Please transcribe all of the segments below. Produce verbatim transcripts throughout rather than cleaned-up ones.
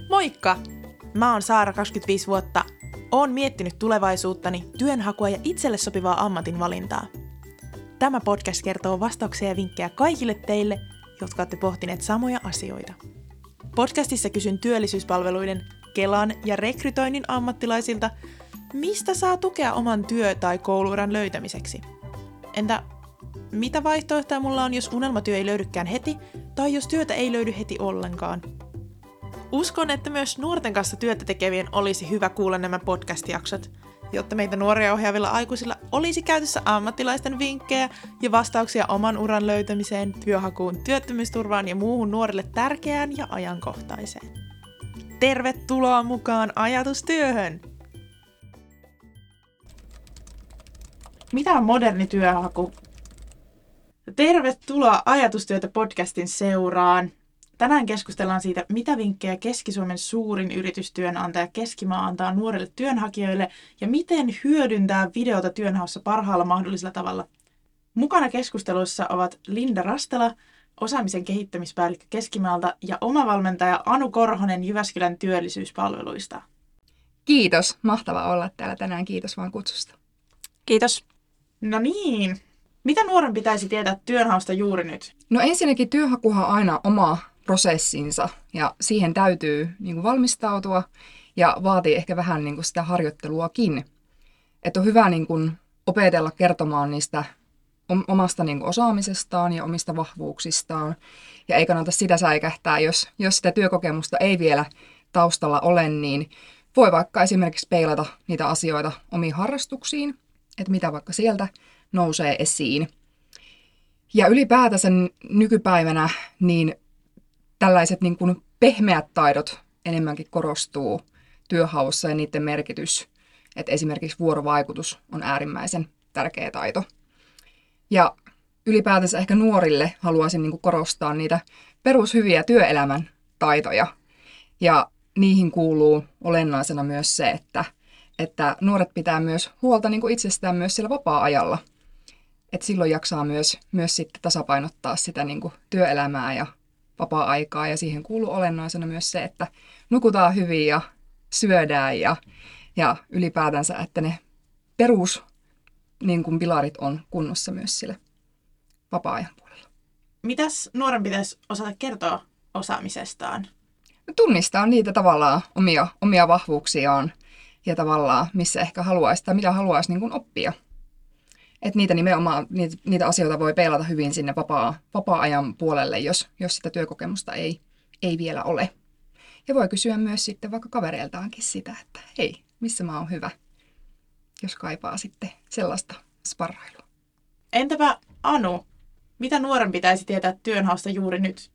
Moikka! Mä oon Saara, kaksikymmentäviisi vuotta. Oon miettinyt tulevaisuuttani, työnhakua ja itselle sopivaa ammatin valintaa. Tämä podcast kertoo vastauksia ja vinkkejä kaikille teille, jotka olette pohtineet samoja asioita. Podcastissa kysyn työllisyyspalveluiden, Kelan ja rekrytoinnin ammattilaisilta, mistä saa tukea oman työ- tai kouluuran löytämiseksi. Entä mitä vaihtoehtoja mulla on, jos unelmatyö ei löydykään heti, tai jos työtä ei löydy heti ollenkaan? Uskon, että myös nuorten kanssa työtä tekevien olisi hyvä kuulla nämä podcast-jaksot, jotta meitä nuoria ohjaavilla aikuisilla olisi käytössä ammattilaisten vinkkejä ja vastauksia oman uran löytämiseen, työhakuun, työttömyysturvaan ja muuhun nuorille tärkeään ja ajankohtaiseen. Tervetuloa mukaan ajatustyöhön! Mitä on moderni työhaku? Tervetuloa Ajatustyötä podcastin seuraan. Tänään keskustellaan siitä, mitä vinkkejä Keski-Suomen suurin yritystyönantaja Keskimaa antaa nuorille työnhakijoille ja miten hyödyntää videota työnhaussa parhaalla mahdollisella tavalla. Mukana keskusteluissa ovat Linda Rastela, osaamisen kehittämispäällikkö Keskimaalta, ja omavalmentaja Anu Korhonen Jyväskylän työllisyyspalveluista. Kiitos. Mahtava olla täällä tänään. Kiitos vaan kutsusta. Kiitos. No niin. Mitä nuoren pitäisi tietää työnhausta juuri nyt? No ensinnäkin työhakuhan on aina oma prosessinsa ja siihen täytyy niin kuin valmistautua ja vaatii ehkä vähän niin kuin sitä harjoitteluakin. Että on hyvä niin kuin opetella kertomaan niistä omasta niin kuin osaamisestaan ja omista vahvuuksistaan. Ja ei kannata sitä säikähtää, jos, jos sitä työkokemusta ei vielä taustalla ole, niin voi vaikka esimerkiksi peilata niitä asioita omiin harrastuksiin, että mitä vaikka sieltä nousee esiin. Ja ylipäätänsä nykypäivänä niin tällaiset niin kuin pehmeät taidot enemmänkin korostuu työhaussa ja niiden merkitys. Että esimerkiksi vuorovaikutus on äärimmäisen tärkeä taito. Ja ylipäätänsä ehkä nuorille haluaisin niin kuin korostaa niitä perushyviä työelämän taitoja. Ja niihin kuuluu olennaisena myös se, että, että nuoret pitää myös huolta niin kuin itsestään myös siellä vapaa-ajalla. Että silloin jaksaa myös, myös sitten tasapainottaa sitä niin kuin työelämää ja vapaa-aikaa. Ja siihen kuuluu olennaisena myös se, että nukutaan hyvin ja syödään ja, ja ylipäätänsä, että ne perus niin kuin pilarit on kunnossa myös sillä vapaa-ajan puolella. Mitäs nuoren pitäisi osata kertoa osaamisestaan? Tunnistaa niitä tavallaan omia, omia vahvuuksiaan ja tavallaan missä ehkä haluaisi tai mitä haluaisi niin kuin oppia. Että niitä nimenomaan, niitä, niitä asioita voi peilata hyvin sinne vapaa, vapaa-ajan puolelle, jos, jos sitä työkokemusta ei, ei vielä ole. Ja voi kysyä myös sitten vaikka kavereiltaankin sitä, että hei, missä mä oon hyvä, jos kaipaa sitten sellaista sparrailua. Entäpä Anu, mitä nuoren pitäisi tietää työnhausta juuri nyt?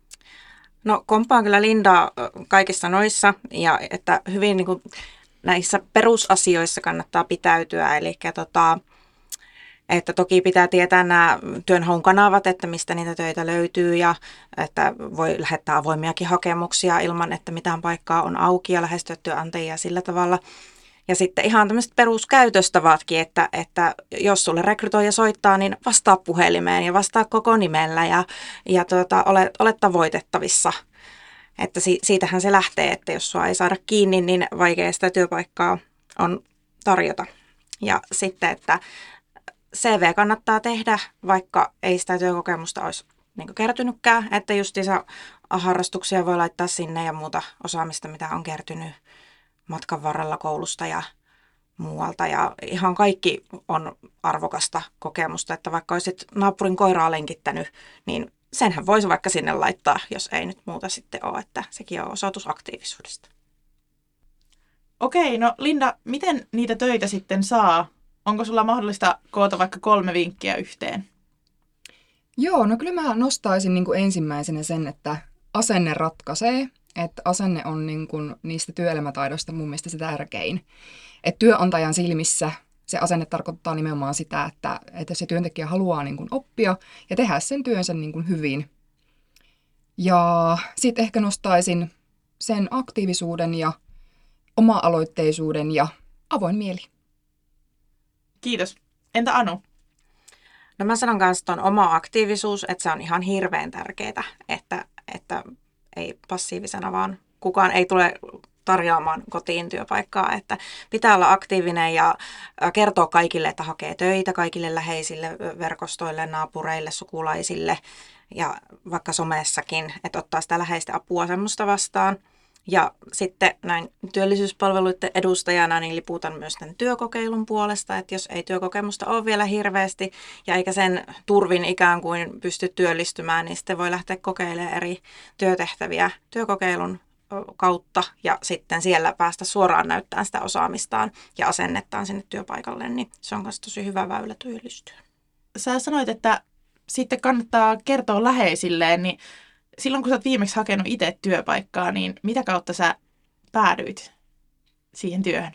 No kompaan kyllä Lindaa kaikissa noissa, ja että hyvin niin kuin näissä perusasioissa kannattaa pitäytyä, eli tota, että toki pitää tietää nämä työnhaun kanavat, että mistä niitä töitä löytyy ja että voi lähettää avoimiakin hakemuksia ilman, että mitään paikkaa on auki ja lähestyä työnantajia sillä tavalla. Ja sitten ihan tämmöiset peruskäytöstavatkin, että, että jos sulle rekrytoija soittaa, niin vastaa puhelimeen ja vastaa koko nimellä ja, ja tuota, ole, ole tavoitettavissa. Että si, siitähän se lähtee, että jos sua ei saada kiinni, niin vaikea sitä työpaikkaa on tarjota. Ja sitten, että C V kannattaa tehdä, vaikka ei sitä työkokemusta olisi niin kertynytkään, että justiinsa harrastuksia voi laittaa sinne ja muuta osaamista, mitä on kertynyt matkan varrella koulusta ja muualta. Ja ihan kaikki on arvokasta kokemusta, että vaikka olisit naapurin koiraa lenkittänyt, niin senhän voisi vaikka sinne laittaa, jos ei nyt muuta sitten ole, että sekin on osoitus aktiivisuudesta. Okei, no Linda, miten niitä töitä sitten saa? Onko sulla mahdollista koota vaikka kolme vinkkiä yhteen? Joo, no kyllä mä nostaisin niin kuin ensimmäisenä sen, että asenne ratkaisee. Että asenne on niin kuin niistä työelämätaidoista mun mielestä se tärkein. Että työnantajan silmissä se asenne tarkoittaa nimenomaan sitä, että, että se työntekijä haluaa niin kuin oppia ja tehdä sen työnsä niin kuin hyvin. Ja sitten ehkä nostaisin sen aktiivisuuden ja oma-aloitteisuuden ja avoin mieli. Kiitos. Entä Anu? No mä sanon kanssa tuon oma aktiivisuus, että se on ihan hirveän tärkeää, että, että ei passiivisena vaan kukaan ei tule tarjoamaan kotiin työpaikkaa, että pitää olla aktiivinen ja kertoa kaikille, että hakee töitä, kaikille läheisille verkostoille, naapureille, sukulaisille ja vaikka somessakin, että ottaa sitä läheistä apua semmoista vastaan. Ja sitten näin työllisyyspalveluiden edustajana niin liputan myös tämän työkokeilun puolesta, että jos ei työkokemusta ole vielä hirveästi ja eikä sen turvin ikään kuin pysty työllistymään, niin sitten voi lähteä kokeilemaan eri työtehtäviä työkokeilun kautta ja sitten siellä päästä suoraan näyttämään sitä osaamistaan ja asennettaan sinne työpaikalle, niin se on myös tosi hyvä väylä työllistyä. Sä sanoit, että sitten kannattaa kertoa läheisilleen, niin silloin kun sä oot viimeksi hakenut itse työpaikkaa, niin mitä kautta sä päädyit siihen työhön?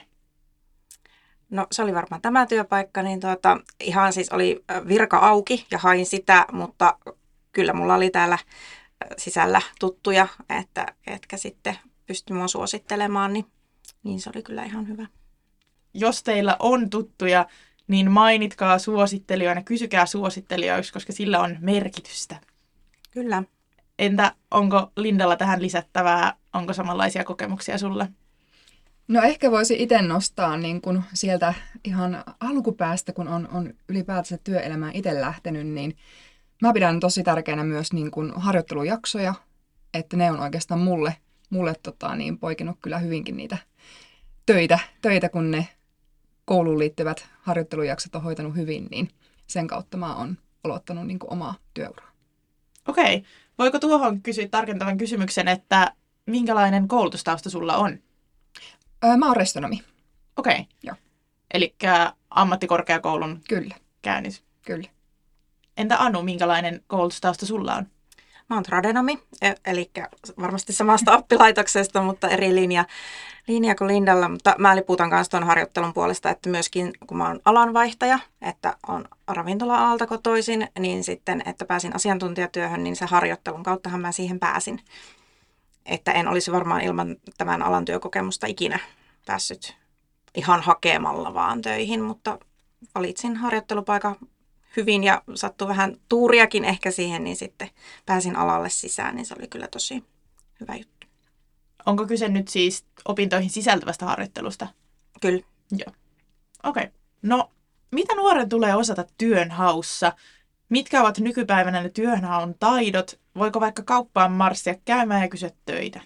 No se oli varmaan tämä työpaikka, niin tuota, ihan siis oli virka auki ja hain sitä, mutta kyllä mulla oli täällä sisällä tuttuja, että etkä sitten pysty mua suosittelemaan, niin, niin se oli kyllä ihan hyvä. Jos teillä on tuttuja, niin mainitkaa suosittelijoina, kysykää suosittelijoiksi, koska sillä on merkitystä. Kyllä. Entä onko Lindalla tähän lisättävää, onko samanlaisia kokemuksia sulle? No ehkä voisi itse nostaa niin kun sieltä ihan alkupäästä, kun on, on ylipäätänsä työelämään itse lähtenyt, niin mä pidän tosi tärkeänä myös niin kun harjoittelujaksoja, että ne on oikeastaan mulle, mulle tota, niin poikinut kyllä hyvinkin niitä töitä, töitä, kun ne kouluun liittyvät harjoittelujaksot on hoitanut hyvin, niin sen kautta mä oon aloittanut niin kun omaa työuraa. Okei. Voiko tuohon kysyä tarkentavan kysymyksen, että minkälainen koulutustausta sulla on? Öö, mä oon restonomi. Okei. Joo. Eli ammattikorkeakoulun Kyllä, käynyt. kyllä. Entä Anu, minkälainen koulutustausta sulla on? Mä oon tradenomi, eli varmasti samasta oppilaitoksesta, mutta eri linja, linja kuin Lindalla. Mutta mä liputan kanssa tuon harjoittelun puolesta, että myöskin kun mä oon alanvaihtaja, että on ravintola-alalta kotoisin, niin sitten, että pääsin asiantuntijatyöhön, niin se harjoittelun kauttahan mä siihen pääsin. Että en olisi varmaan ilman tämän alan työkokemusta ikinä päässyt ihan hakemalla vaan töihin, mutta valitsin harjoittelupaikan hyvin ja sattui vähän tuuriakin ehkä siihen, niin sitten pääsin alalle sisään, niin se oli kyllä tosi hyvä juttu. Onko kyse nyt siis opintoihin sisältyvästä harjoittelusta? Kyllä. Joo. Okei. Okay. No, mitä nuoren tulee osata työnhaussa? Mitkä ovat nykypäivänä ne työnhaun taidot? Voiko vaikka kauppaan marssia käymään ja kysyä töitä?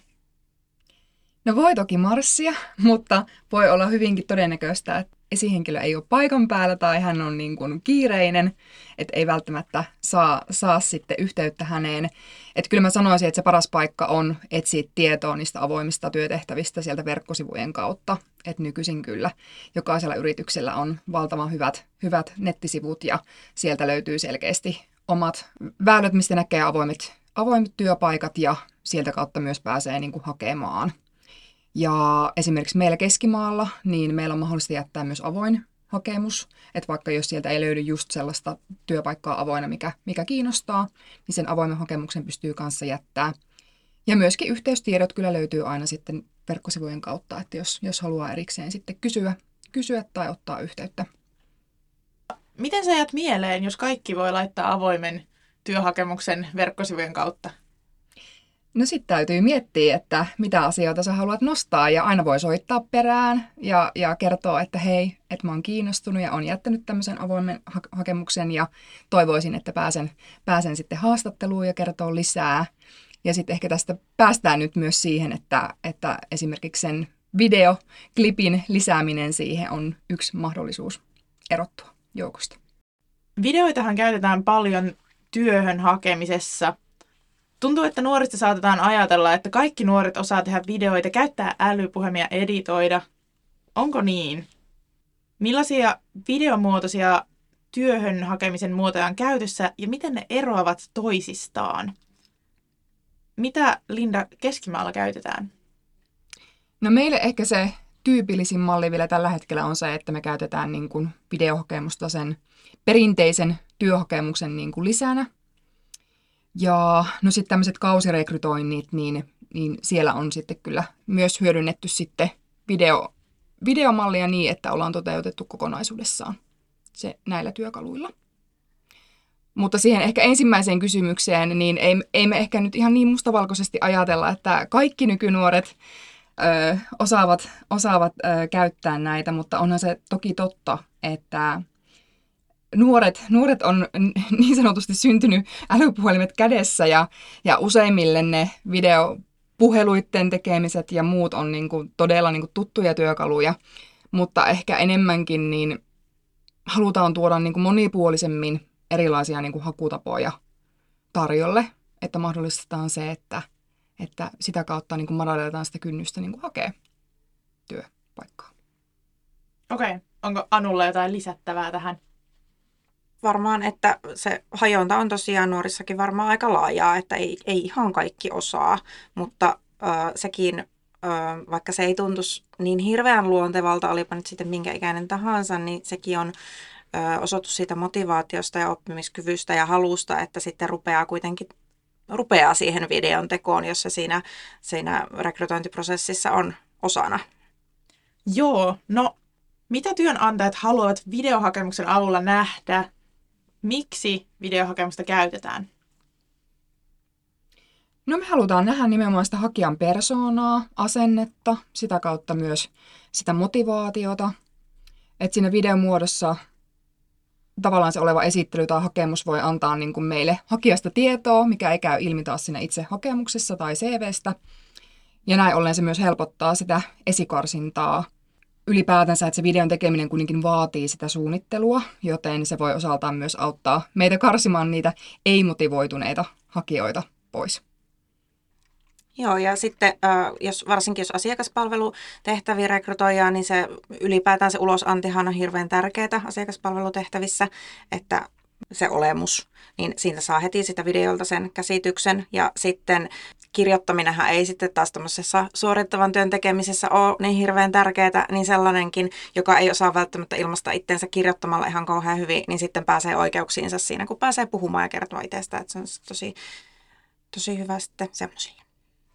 No voi toki marssia, mutta voi olla hyvinkin todennäköistä, että esihenkilö ei ole paikan päällä tai hän on niin kuin kiireinen, että ei välttämättä saa, saa sitten yhteyttä häneen. Että kyllä mä sanoisin, että se paras paikka on etsiä tietoa niistä avoimista työtehtävistä sieltä verkkosivujen kautta. Että nykyisin kyllä jokaisella yrityksellä on valtavan hyvät, hyvät nettisivut ja sieltä löytyy selkeästi omat väylät, mistä näkee avoimet, avoimet työpaikat ja sieltä kautta myös pääsee niin kuin hakemaan. Ja esimerkiksi meillä Keskimaalla, niin meillä on mahdollista jättää myös avoin hakemus, että vaikka jos sieltä ei löydy just sellaista työpaikkaa avoinna, mikä, mikä kiinnostaa, niin sen avoimen hakemuksen pystyy kanssa jättää. Ja myöskin yhteystiedot kyllä löytyy aina sitten verkkosivujen kautta, että jos, jos haluaa erikseen sitten kysyä, kysyä tai ottaa yhteyttä. Miten sä jäät mieleen, jos kaikki voi laittaa avoimen työhakemuksen verkkosivujen kautta? No sitten täytyy miettiä, että mitä asioita sä haluat nostaa ja aina voi soittaa perään ja, ja kertoa, että hei, että mä oon kiinnostunut ja oon jättänyt tämmöisen avoimen ha- hakemuksen ja toivoisin, että pääsen, pääsen sitten haastatteluun ja kertoo lisää. Ja sitten ehkä tästä päästään nyt myös siihen, että, että esimerkiksi sen videoklipin lisääminen siihen on yksi mahdollisuus erottua joukosta. Videoitahan käytetään paljon työhön hakemisessa. Tuntuu, että nuorista saatetaan ajatella, että kaikki nuoret osaa tehdä videoita, käyttää älypuhelimia, editoida. Onko niin? Millaisia videomuotoisia työhön hakemisen muotoja on käytössä ja miten ne eroavat toisistaan? Mitä, Linda, Keskimaalla käytetään? No meille ehkä se tyypillisin malli vielä tällä hetkellä on se, että me käytetään niin kuin videohakemusta sen perinteisen työhakemuksen niin kuin lisänä. Ja no sitten tämmöiset kausirekrytoinnit, niin, niin siellä on sitten kyllä myös hyödynnetty sitten video, videomallia niin, että ollaan toteutettu kokonaisuudessaan se näillä työkaluilla. Mutta siihen ehkä ensimmäiseen kysymykseen, niin ei, ei me ehkä nyt ihan niin mustavalkoisesti ajatella, että kaikki nykynuoret ö, osaavat, osaavat ö, käyttää näitä, mutta onhan se toki totta, että nuoret, nuoret on niin sanotusti syntynyt älypuhelimet kädessä ja, ja useimmille ne videopuheluiden tekemiset ja muut on niin kuin todella niin kuin tuttuja työkaluja, mutta ehkä enemmänkin niin halutaan tuoda niin kuin monipuolisemmin erilaisia niin kuin hakutapoja tarjolle, että mahdollistetaan se, että, että sitä kautta niin kuin madalletaan sitä kynnystä niin kuin hakea työpaikkaa. Okei. Okay. Onko Anulla jotain lisättävää tähän? Varmaan, että se hajonta on tosiaan nuorissakin varmaan aika laajaa, että ei, ei ihan kaikki osaa, mutta äh, sekin, äh, vaikka se ei tuntuisi niin hirveän luontevalta, olipa nyt sitten minkä ikäinen tahansa, niin sekin on äh, osoitus siitä motivaatiosta ja oppimiskyvystä ja halusta, että sitten rupeaa kuitenkin rupeaa siihen videon tekoon, jos se siinä, siinä rekrytointiprosessissa on osana. Joo, no mitä työnantajat haluavat videohakemuksen avulla nähdä? Miksi videohakemusta käytetään? No me halutaan nähdä nimenomaan sitä hakijan persoonaa, asennetta, sitä kautta myös sitä motivaatiota. Että siinä videon muodossa tavallaan se oleva esittely tai hakemus voi antaa niin kuin meille hakijasta tietoa, mikä ei käy ilmi taas siinä itse hakemuksessa tai C V:stä. Ja näin ollen se myös helpottaa sitä esikarsintaa. Ylipäätänsä, että se videon tekeminen kuitenkin vaatii sitä suunnittelua, joten se voi osaltaan myös auttaa meitä karsimaan niitä ei-motivoituneita hakijoita pois. Joo, ja sitten jos, varsinkin jos asiakaspalvelutehtäviä rekrytoidaan, niin se ylipäätään se ulosantihan on hirveän tärkeää asiakaspalvelutehtävissä, että se olemus, niin siitä saa heti sitä videolta sen käsityksen. Ja sitten kirjoittaminenhan ei sitten taas tämmöisessä suorittavan työn tekemisessä ole niin hirveän tärkeää, niin sellainenkin, joka ei osaa välttämättä ilmaista itsensä kirjoittamalla ihan kauhean hyvin, niin sitten pääsee oikeuksiinsa siinä, kun pääsee puhumaan ja kertomaan itsestä, että se on tosi, tosi hyvä sitten semmoisille.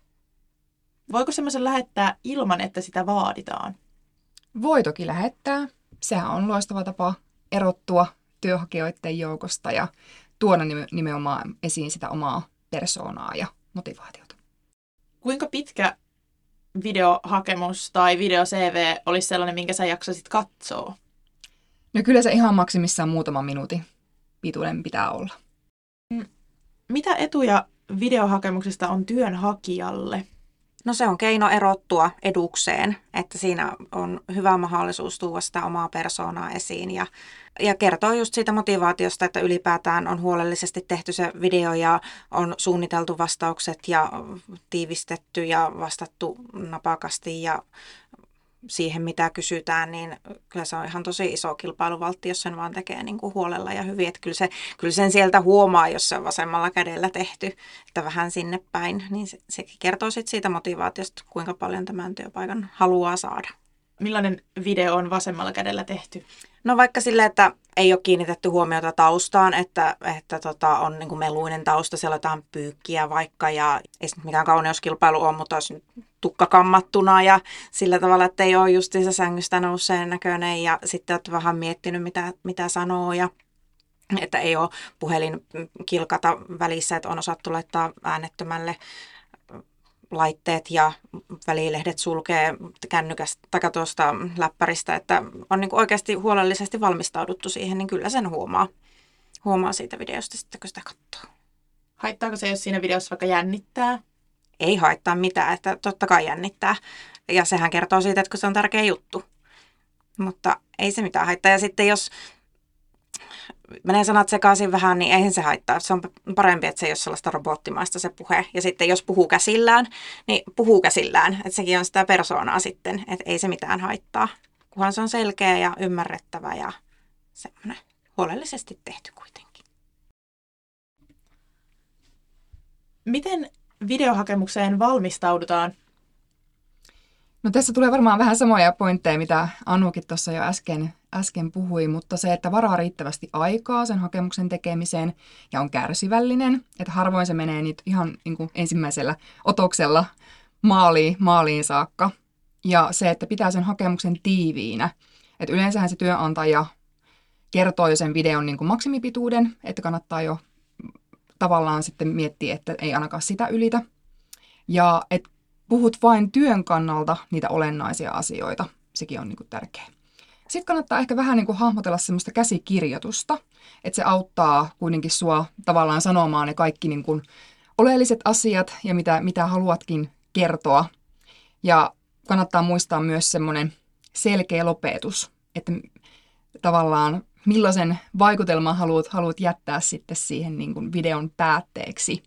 Voiko semmoisen lähettää ilman, että sitä vaaditaan? Voi toki lähettää. Sehän on loistava tapa erottua työhakijoiden joukosta ja tuoda nimenomaan esiin sitä omaa persoonaa ja motivaatiota. Kuinka pitkä videohakemus tai video-C V olisi sellainen, minkä sä jaksasit katsoa? No kyllä se ihan maksimissaan muutaman minuutin pituinen pitää olla. Mitä etuja videohakemuksesta on työnhakijalle? No se on keino erottua edukseen, että siinä on hyvä mahdollisuus tuoda sitä omaa persoonaa esiin ja, ja kertoo just siitä motivaatiosta, että ylipäätään on huolellisesti tehty se video ja on suunniteltu vastaukset ja tiivistetty ja vastattu napakasti ja siihen, mitä kysytään, niin kyllä se on ihan tosi iso kilpailuvaltti, jos sen vaan tekee niin kuin huolella ja hyvin. Että kyllä, se, kyllä sen sieltä huomaa, jos se on vasemmalla kädellä tehty, että vähän sinne päin, niin se, se kertoo sitten siitä motivaatiosta, kuinka paljon tämän työpaikan haluaa saada. Millainen video on vasemmalla kädellä tehty? No vaikka sille, että ei ole kiinnitetty huomiota taustaan, että, että tota, on niin kuin meluinen tausta, siellä on jotain pyykkiä vaikka ja ei se mikään kauneuskilpailu ole, mutta olisi tukka kammattuna ja sillä tavalla, että ei ole justiinsa sängystä nousseen näköinen ja sitten olet vähän miettinyt, mitä, mitä sanoo ja että ei ole puhelin kilkata välissä, että on osattu laittaa äänettömälle laitteet ja välilehdet sulkee kännykästä tai tuosta läppäristä, että on niin kuin oikeasti huolellisesti valmistauduttu siihen, niin kyllä sen huomaa, huomaa siitä videosta sitten, kun sitä katsoo. Haittaako se, jos siinä videossa vaikka jännittää? Ei haittaa mitään, että totta kai jännittää. Ja sehän kertoo siitä, että se on tärkeä juttu. Mutta ei se mitään haittaa. Ja sitten jos menee sanat sekaisin vähän, niin eihän se haittaa. Se on parempi, että se ei ole sellaista robottimaista se puhe. Ja sitten jos puhuu käsillään, niin puhuu käsillään. Että sekin on sitä persoonaa sitten, että ei se mitään haittaa. Kunhan se on selkeä ja ymmärrettävä ja semmoinen huolellisesti tehty kuitenkin. Miten videohakemukseen valmistaudutaan? No tässä tulee varmaan vähän samoja pointteja, mitä Anukin tuossa jo äsken, äsken puhui, mutta se, että varaa riittävästi aikaa sen hakemuksen tekemiseen ja on kärsivällinen, että harvoin se menee nyt ihan niin kuin ensimmäisellä otoksella maaliin, maaliin saakka. Ja se, että pitää sen hakemuksen tiiviinä, että yleensähän se työnantaja kertoo jo sen videon niin kuin maksimipituuden, että kannattaa jo tavallaan sitten miettiä, että ei ainakaan sitä ylitä. Ja että puhut vain työn kannalta niitä olennaisia asioita, sekin on niin kuin tärkeää. Sitten kannattaa ehkä vähän niin kuin hahmotella semmoista käsikirjoitusta, että se auttaa kuitenkin sua tavallaan sanomaan ne kaikki niin kuin oleelliset asiat ja mitä, mitä haluatkin kertoa. Ja kannattaa muistaa myös semmoinen selkeä lopetus, että tavallaan millaisen vaikutelman haluat, haluat jättää sitten siihen niin kuin videon päätteeksi.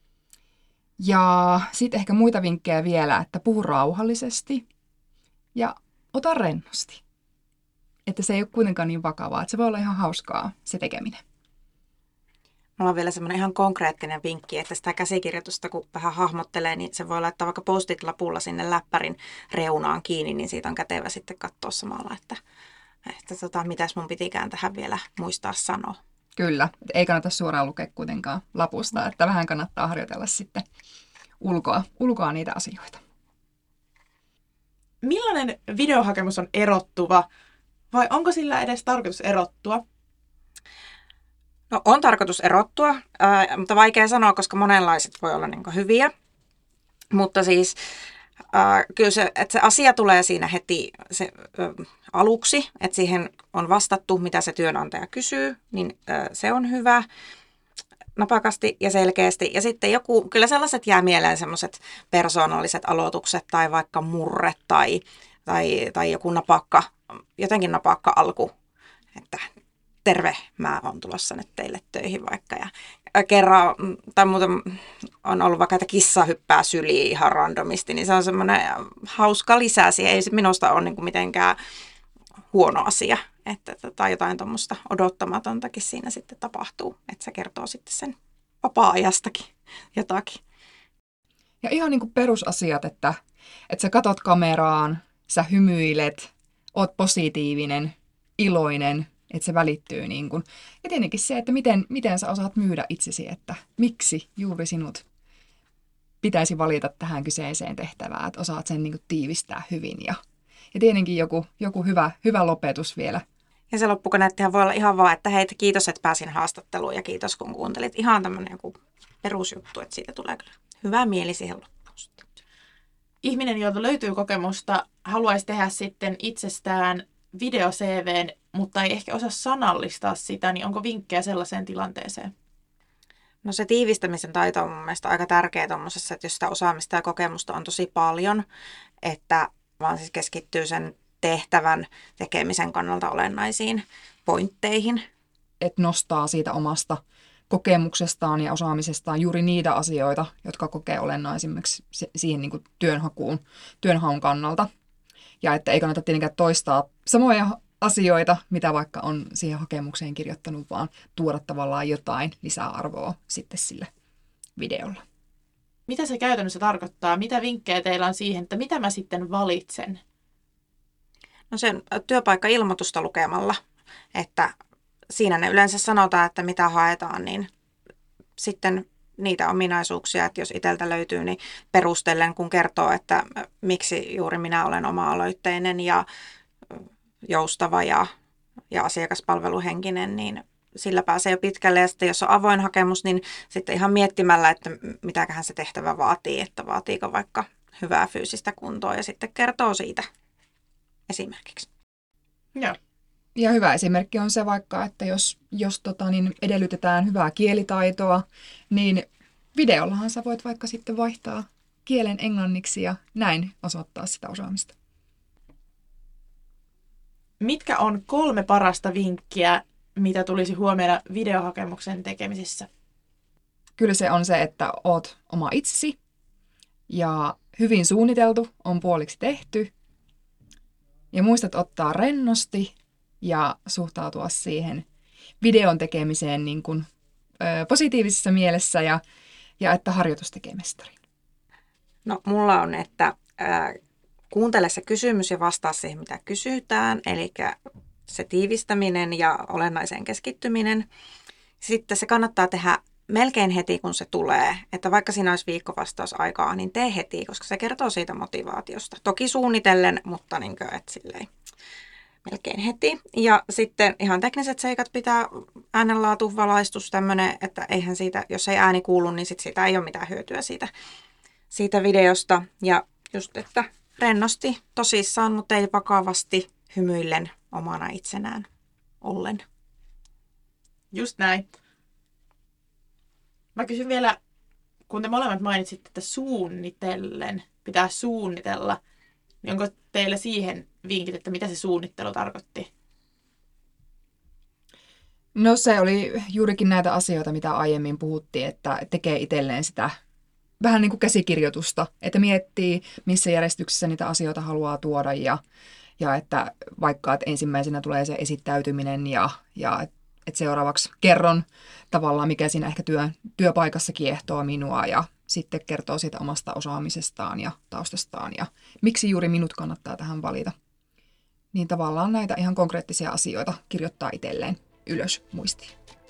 Ja sitten ehkä muita vinkkejä vielä, että puhu rauhallisesti ja ota rennosti. Että se ei ole kuitenkaan niin vakavaa, että se voi olla ihan hauskaa se tekeminen. Mulla on vielä semmoinen ihan konkreettinen vinkki, että sitä käsikirjoitusta kun vähän hahmottelee, niin se voi laittaa vaikka post-it-lapulla sinne läppärin reunaan kiinni, niin siitä on kätevä sitten katsoa samalla, että, että tota, mitäs mun pitikään tähän vielä muistaa sanoa. Kyllä, ei kannata suoraan lukea kuitenkaan lapusta, että vähän kannattaa harjoitella sitten ulkoa, ulkoa niitä asioita. Millainen videohakemus on erottuva vai onko sillä edes tarkoitus erottua? No on tarkoitus erottua, ää, mutta vaikea sanoa, koska monenlaiset voi olla niin kuin hyviä. Mutta siis ää, kyllä se, että se asia tulee siinä heti se, ä, aluksi, että siihen on vastattu, mitä se työnantaja kysyy, niin ä, se on hyvä napakasti ja selkeästi. Ja sitten joku, kyllä sellaiset jää mieleen semmoiset persoonalliset aloitukset tai vaikka murre tai, tai, tai joku napakka, jotenkin napakka alku, että terve, mä oon tulossa nyt teille töihin vaikka. Ja kerran, tai muuten on ollut vaikka, että kissa hyppää syliin ihan randomisti, niin se on semmoinen hauska lisä siihen. Ei se minusta ole niin kuin mitenkään huono asia, että tota, jotain tuommoista odottamatontakin siinä sitten tapahtuu, että se kertoo sitten sen vapaa-ajastakin jotakin. Ja ihan niin kuin perusasiat, että, että sä katot kameraan, sä hymyilet, oot positiivinen, iloinen, että se välittyy niin kuin. Ja tietenkin se, että miten, miten sä osaat myydä itsesi, että miksi juuri sinut pitäisi valita tähän kyseiseen tehtävään, että osaat sen niin kuin tiivistää hyvin. Ja, ja tietenkin joku, joku hyvä, hyvä lopetus vielä. Ja se loppukaneettihan voi olla ihan vaan, että hei, kiitos, että pääsin haastatteluun ja kiitos, kun kuuntelit. Ihan tämmöinen joku perusjuttu, että siitä tulee kyllä hyvä mieli siihen loppuun. Ihminen, jolta löytyy kokemusta, haluaisi tehdä sitten itsestään video-C V:n, mutta ei ehkä osaa sanallistaa sitä, niin onko vinkkejä sellaiseen tilanteeseen? No se tiivistämisen taito on mun mielestä aika tärkeä tuommoisessa, että jos sitä osaamista ja kokemusta on tosi paljon, että vaan siis keskittyy sen tehtävän tekemisen kannalta olennaisiin pointteihin. Että nostaa siitä omasta kokemuksestaan ja osaamisestaan juuri niitä asioita, jotka kokee olennaisimmiksi siihen niin kuin työnhakuun, työnhaun kannalta. Ja että ei kannata tietenkään toistaa samoja asioita, mitä vaikka on siihen hakemukseen kirjoittanut, vaan tuoda tavallaan jotain lisäarvoa sitten sille videolla. Mitä se käytännössä tarkoittaa? Mitä vinkkejä teillä on siihen, että mitä mä sitten valitsen? No sen työpaikka-ilmoitusta lukemalla, että siinä ne yleensä sanotaan, että mitä haetaan, niin sitten niitä ominaisuuksia, että jos itseltä löytyy, niin perustellen kun kertoo, että miksi juuri minä olen oma-aloitteinen ja joustava ja, ja asiakaspalveluhenkinen, niin sillä pääsee jo pitkälle. Ja sitten jos on avoin hakemus, niin sitten ihan miettimällä, että mitäköhän se tehtävä vaatii, että vaatiiko vaikka hyvää fyysistä kuntoa ja sitten kertoo siitä esimerkiksi. Joo. Ja hyvä esimerkki on se vaikka, että jos, jos tota, niin edellytetään hyvää kielitaitoa, niin videollahan sä voit vaikka sitten vaihtaa kielen englanniksi ja näin osoittaa sitä osaamista. Mitkä on kolme parasta vinkkiä, mitä tulisi huomioida videohakemuksen tekemisessä? Kyllä se on se, että oot oma itsesi ja hyvin suunniteltu on puoliksi tehty. Ja muistat ottaa rennosti ja suhtautua siihen videon tekemiseen niin kuin, ö, positiivisessa mielessä ja, ja että harjoitus tekee mestarin. No mulla on, että ää, kuuntele se kysymys ja vastaa siihen, mitä kysytään, eli se tiivistäminen ja olennaiseen keskittyminen. Sitten se kannattaa tehdä melkein heti, kun se tulee, että vaikka siinä olisi viikkovastausaikaa, niin tee heti, koska se kertoo siitä motivaatiosta. Toki suunnitellen, mutta niin kuin, et silleen melkein heti. Ja sitten ihan tekniset seikat pitää, äänenlaatu, valaistus, tämmöinen, että eihän siitä, jos ei ääni kuulu, niin sit siitä ei ole mitään hyötyä siitä, siitä videosta. Ja just, että rennosti, tosissaan, mutta ei vakavasti, hymyillen omana itsenään ollen. Just näin. Mä kysyn vielä, kun te molemmat mainitsitte, että suunnitellen pitää suunnitella, niin onko teillä siihen vinkit, että mitä se suunnittelu tarkoitti? No se oli juurikin näitä asioita, mitä aiemmin puhuttiin, että tekee itselleen sitä vähän niin kuin käsikirjoitusta, että miettii, missä järjestyksessä niitä asioita haluaa tuoda ja, ja että vaikka että ensimmäisenä tulee se esittäytyminen ja, ja että et seuraavaksi kerron tavallaan, mikä siinä ehkä työ, työpaikassa kiehtoo minua ja sitten kertoo siitä omasta osaamisestaan ja taustastaan ja miksi juuri minut kannattaa tähän valita. Niin tavallaan näitä ihan konkreettisia asioita kirjoittaa itselleen ylös muistiin.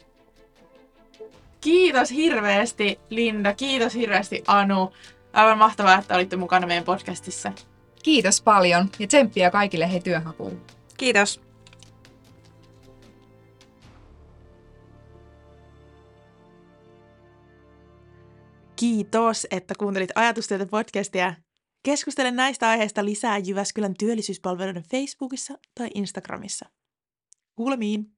Kiitos hirveästi Linda, kiitos hirveästi Anu. Aivan mahtavaa, että olitte mukana meidän podcastissa. Kiitos paljon ja tsemppiä kaikille hei työnhakuun. Kiitos. Kiitos, että kuuntelit Ajatustyötä podcastia. Keskustele näistä aiheista lisää Jyväskylän työllisyyspalveluiden Facebookissa tai Instagramissa. Kuulemiin!